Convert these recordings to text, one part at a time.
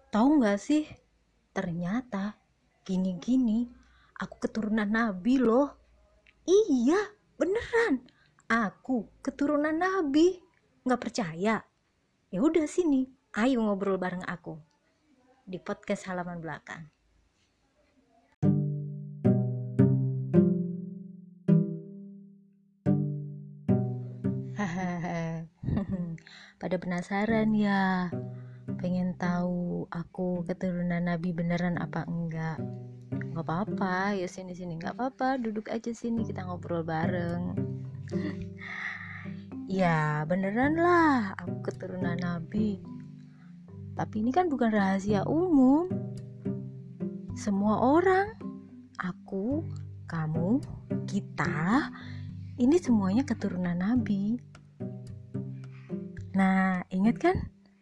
Tahu nggak sih, ternyata gini-gini aku keturunan nabi loh. Iya, beneran. Aku keturunan nabi. Nggak percaya? Ya udah sini, ayo ngobrol bareng aku di podcast halaman belakang. Hahaha. Pada penasaran ya? Pengen tahu aku keturunan nabi beneran apa enggak? Nggak apa-apa, ya sini-sini nggak apa-apa, duduk aja sini kita ngobrol bareng. Ya beneran lah, aku keturunan nabi. Tapi ini kan bukan rahasia umum. Semua orang, aku, kamu, kita, ini semuanya keturunan nabi. Nah, ingat kan?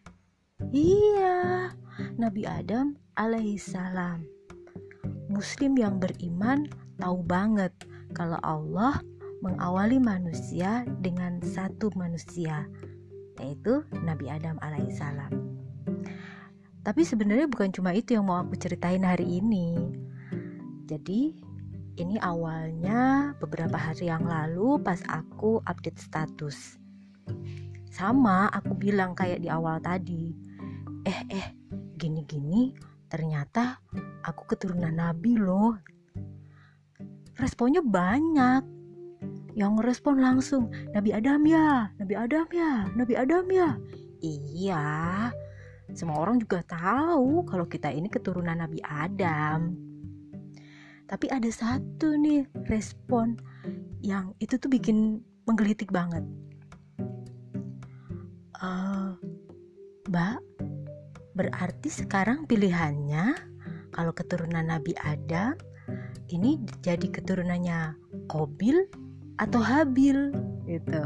Iya, Nabi Adam alaihissalam. Muslim yang beriman tahu banget kalau Allah mengawali manusia dengan satu manusia, yaitu Nabi Adam alaihissalam. Tapi sebenarnya bukan cuma itu yang mau aku ceritain hari ini. Jadi ini awalnya beberapa hari yang lalu pas aku update status. Sama aku bilang kayak di awal tadi. Gini-gini ternyata aku keturunan nabi loh. Responnya banyak. Yang ngerespon langsung, Nabi Adam ya, Nabi Adam ya, Nabi Adam ya. Iya, semua orang juga tahu kalau kita ini keturunan Nabi Adam. Tapi ada satu nih respon yang itu tuh bikin menggelitik banget. Mbak, berarti sekarang pilihannya kalau keturunan Nabi Adam ini jadi keturunannya Qabil atau Habil gitu.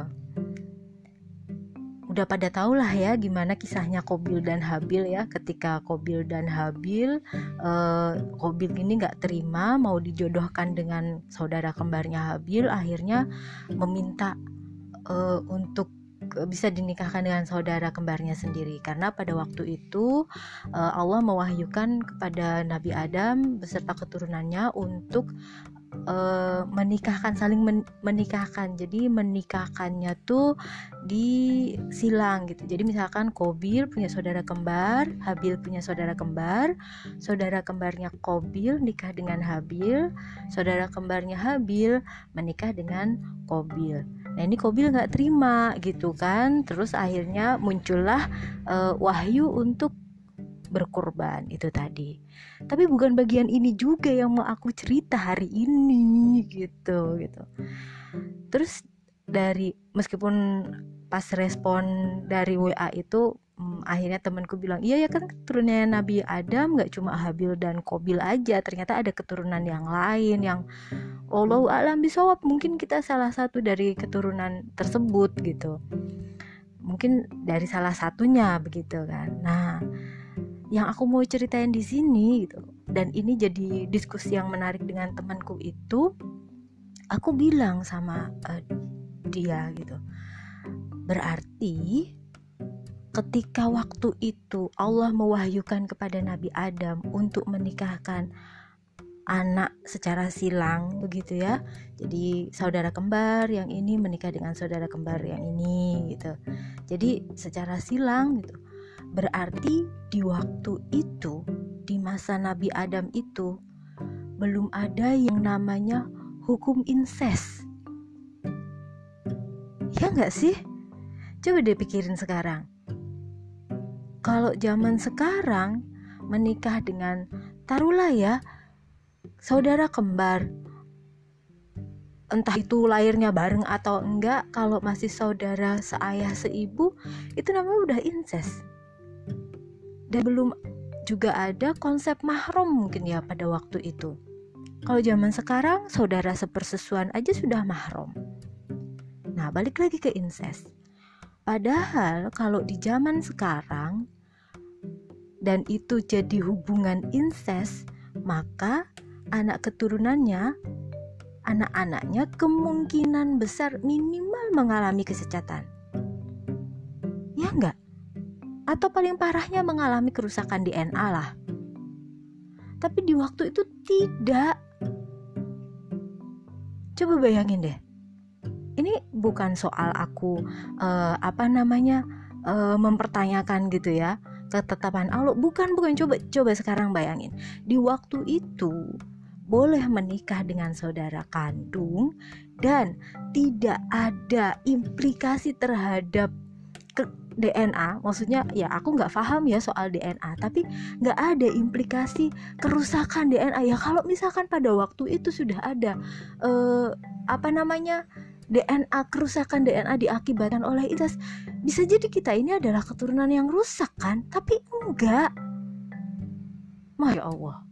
Udah pada tau lah ya gimana kisahnya Qabil dan Habil ya. Ketika Qabil dan Habil, Qabil ini gak terima mau dijodohkan dengan saudara kembarnya Habil, akhirnya meminta untuk bisa dinikahkan dengan saudara kembarnya sendiri. Karena pada waktu itu Allah mewahyukan kepada Nabi Adam beserta keturunannya untuk menikahkan, saling menikahkan. Jadi menikahkannya tuh disilang gitu. Jadi misalkan Qabil punya saudara kembar, Habil punya saudara kembar, saudara kembarnya Qabil nikah dengan Habil, saudara kembarnya Habil menikah dengan Qabil. Nah ini Qabil nggak terima gitu kan, terus akhirnya muncullah wahyu untuk berkorban itu tadi. Tapi bukan bagian ini juga yang mau aku cerita hari ini gitu. Terus dari meskipun pas respon dari WA itu akhirnya temanku bilang, iya ya kan keturunannya Nabi Adam gak cuma Habil dan Qabil aja, ternyata ada keturunan yang lain yang Allahu a'lam bishawab, mungkin kita salah satu dari keturunan tersebut gitu, mungkin dari salah satunya begitu kan. Nah yang aku mau ceritain di sini gitu, dan ini jadi diskusi yang menarik dengan temanku itu, aku bilang sama dia gitu, berarti ketika waktu itu Allah mewahyukan kepada Nabi Adam untuk menikahkan anak secara silang begitu ya, jadi saudara kembar yang ini menikah dengan saudara kembar yang ini gitu, jadi secara silang gitu. Berarti di waktu itu, di masa Nabi Adam itu, belum ada yang namanya hukum incest. Ya nggak sih? Coba deh pikirin sekarang. Kalau zaman sekarang menikah dengan, taruhlah ya, saudara kembar, entah itu lahirnya bareng atau enggak, kalau masih saudara seayah seibu, itu namanya udah incest. Dan belum juga ada konsep mahram mungkin ya pada waktu itu. Kalau zaman sekarang saudara sepersesuan aja sudah mahram. Nah balik lagi ke incest. Padahal kalau di zaman sekarang dan itu jadi hubungan incest, maka anak keturunannya, anak-anaknya kemungkinan besar minimal mengalami kecacatan. Ya enggak? atau paling parahnya mengalami kerusakan DNA lah. Tapi di waktu itu tidak. Coba bayangin deh. Ini bukan soal aku mempertanyakan gitu ya ketetapan Allah. Bukan. Coba sekarang bayangin. Di waktu itu boleh menikah dengan saudara kandung dan tidak ada implikasi terhadap DNA. Maksudnya ya aku nggak paham ya soal DNA, tapi nggak ada implikasi kerusakan DNA. Ya kalau misalkan pada waktu itu sudah ada DNA, kerusakan DNA diakibatkan oleh incest, bisa jadi kita ini adalah keturunan yang rusak kan? Tapi enggak. Masya Allah,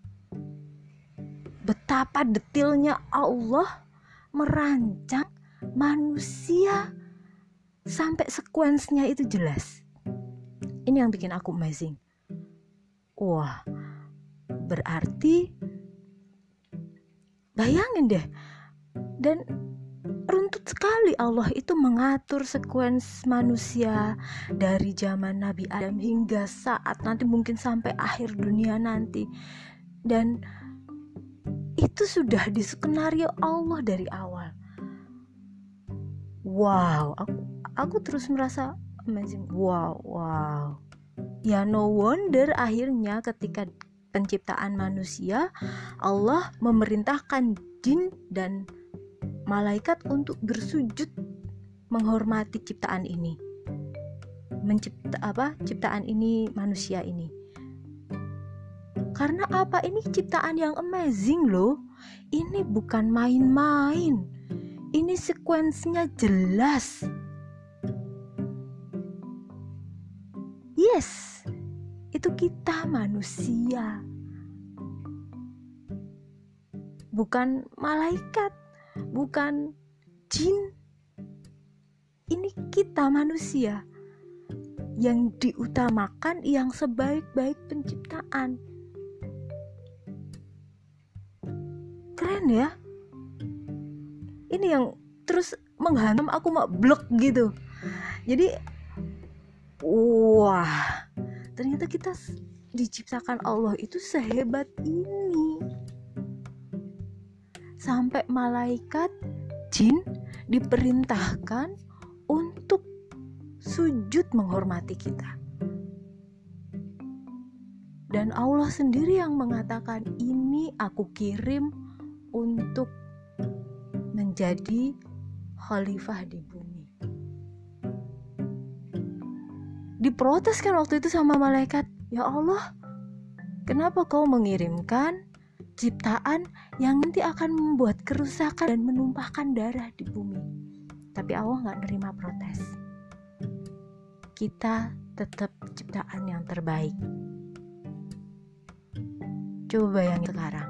betapa detailnya Allah merancang manusia sampai sekuensnya itu jelas. Ini yang bikin aku amazing. Wah, berarti bayangin deh, dan runtut sekali Allah itu mengatur sekuens manusia dari zaman Nabi Adam hingga saat nanti mungkin sampai akhir dunia nanti. Dan itu sudah diskenario Allah dari awal. Wow, aku terus merasa amazing. Wow. Ya no wonder akhirnya ketika penciptaan manusia, Allah memerintahkan jin dan malaikat untuk bersujud menghormati ciptaan ini. Ciptaan ini, manusia ini. Karena apa? Ini ciptaan yang amazing loh. Ini bukan main-main. Ini sekuensinya jelas. Yes, itu kita manusia. Bukan malaikat, bukan jin. Ini kita manusia yang diutamakan, yang sebaik-baik penciptaan. Keren ya. Ini yang terus menghantam aku blok gitu. Jadi wah, ternyata kita diciptakan Allah itu sehebat ini. Sampai malaikat, jin diperintahkan untuk sujud menghormati kita. Dan Allah sendiri yang mengatakan, ini aku kirim untuk menjadi khalifah di bumi. Diprotes kan waktu itu sama malaikat, ya Allah, kenapa kau mengirimkan ciptaan yang nanti akan membuat kerusakan dan menumpahkan darah di bumi? Tapi Allah gak nerima protes. Kita tetap ciptaan yang terbaik. Coba bayangin sekarang,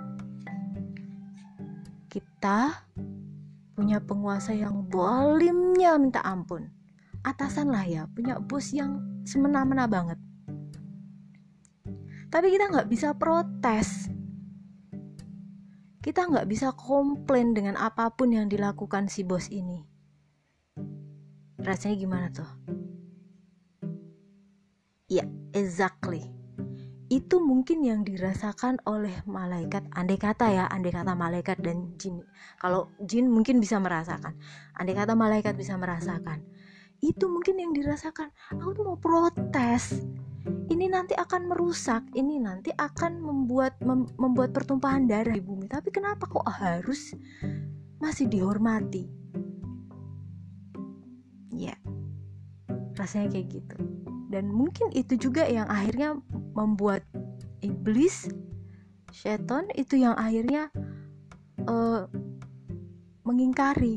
kita punya penguasa yang zalimnya minta ampun. Atasan lah ya, punya bos yang semena-mena banget. Tapi kita gak bisa protes. Kita gak bisa komplain dengan apapun yang dilakukan si bos ini. Rasanya gimana tuh? Ya, exactly. Itu mungkin yang dirasakan oleh malaikat. Andai kata malaikat dan jin. Kalau jin mungkin bisa merasakan. Andai kata malaikat bisa merasakan. Itu mungkin yang dirasakan. Aku tuh mau protes. Ini nanti akan merusak. Ini nanti akan membuat pertumpahan darah di bumi. Tapi kenapa kok harus masih dihormati? Ya, rasanya kayak gitu. Dan mungkin itu juga yang akhirnya membuat iblis, syaitan itu yang akhirnya mengingkari.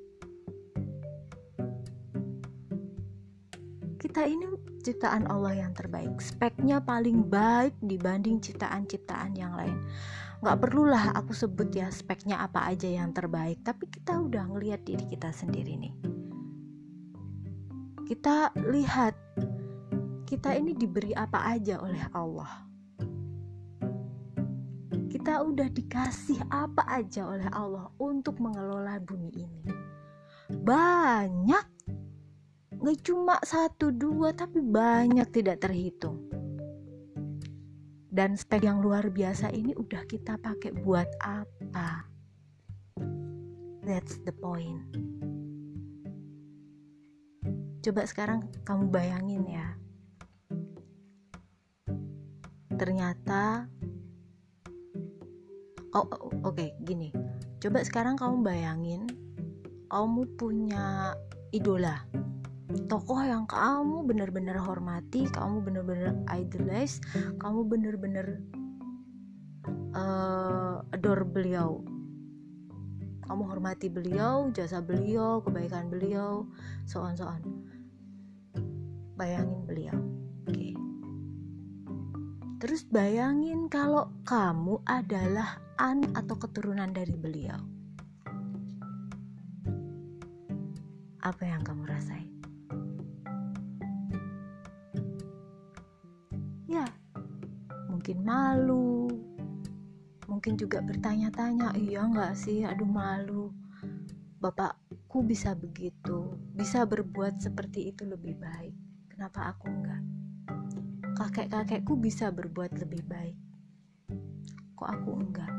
Kita ini ciptaan Allah yang terbaik, speknya paling baik dibanding ciptaan-ciptaan yang lain. Gak perlulah aku sebut ya speknya apa aja yang terbaik, tapi kita udah ngelihat diri kita sendiri nih. Kita lihat kita ini diberi apa aja oleh Allah. Kita udah dikasih apa aja oleh Allah untuk mengelola bumi ini. Banyak. Nggak cuma 1-2 tapi banyak tidak terhitung. Dan spek yang luar biasa ini udah kita pakai buat apa? That's the point. Coba sekarang kamu bayangin ya. Ternyata Oke, gini. Coba sekarang kamu bayangin kamu punya idola, tokoh yang kamu benar-benar hormati, kamu benar-benar idolize, kamu benar-benar adore beliau. Kamu hormati beliau, jasa beliau, kebaikan beliau, so on. Bayangin beliau. Oke. Terus bayangin kalau kamu adalah anak atau keturunan dari beliau. Apa yang kamu rasain? Ya, mungkin malu, mungkin juga bertanya-tanya, iya gak sih, aduh malu, bapakku bisa begitu, bisa berbuat seperti itu lebih baik, kenapa aku enggak? Kakek-kakekku bisa berbuat lebih baik, kok aku enggak?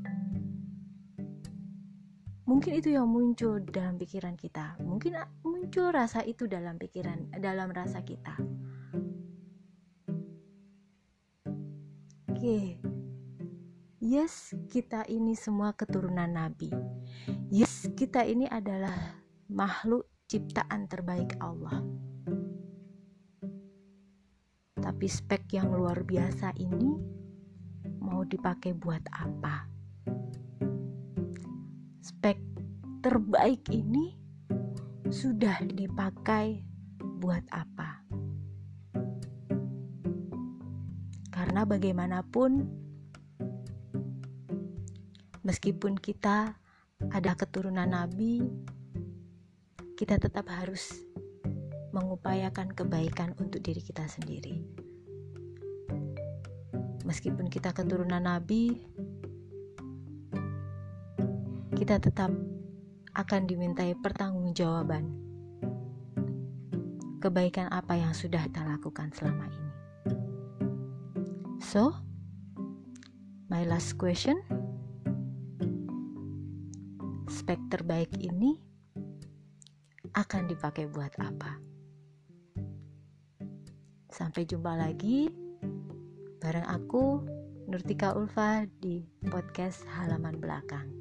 Mungkin itu yang muncul dalam pikiran kita, mungkin muncul rasa itu dalam rasa kita. Oke. Yes, kita ini semua keturunan Nabi. Yes, kita ini adalah makhluk ciptaan terbaik Allah. Tapi spek yang luar biasa ini mau dipakai buat apa? Spek terbaik ini sudah dipakai buat apa? Karena bagaimanapun, meskipun kita ada keturunan Nabi, kita tetap harus mengupayakan kebaikan untuk diri kita sendiri. Meskipun kita keturunan Nabi, kita tetap akan dimintai pertanggungjawaban kebaikan apa yang sudah kita lakukan selama ini. So, my last question, spek terbaik ini akan dipakai buat apa? Sampai jumpa lagi bareng aku, Nurtika Ulfa, di podcast Halaman Belakang.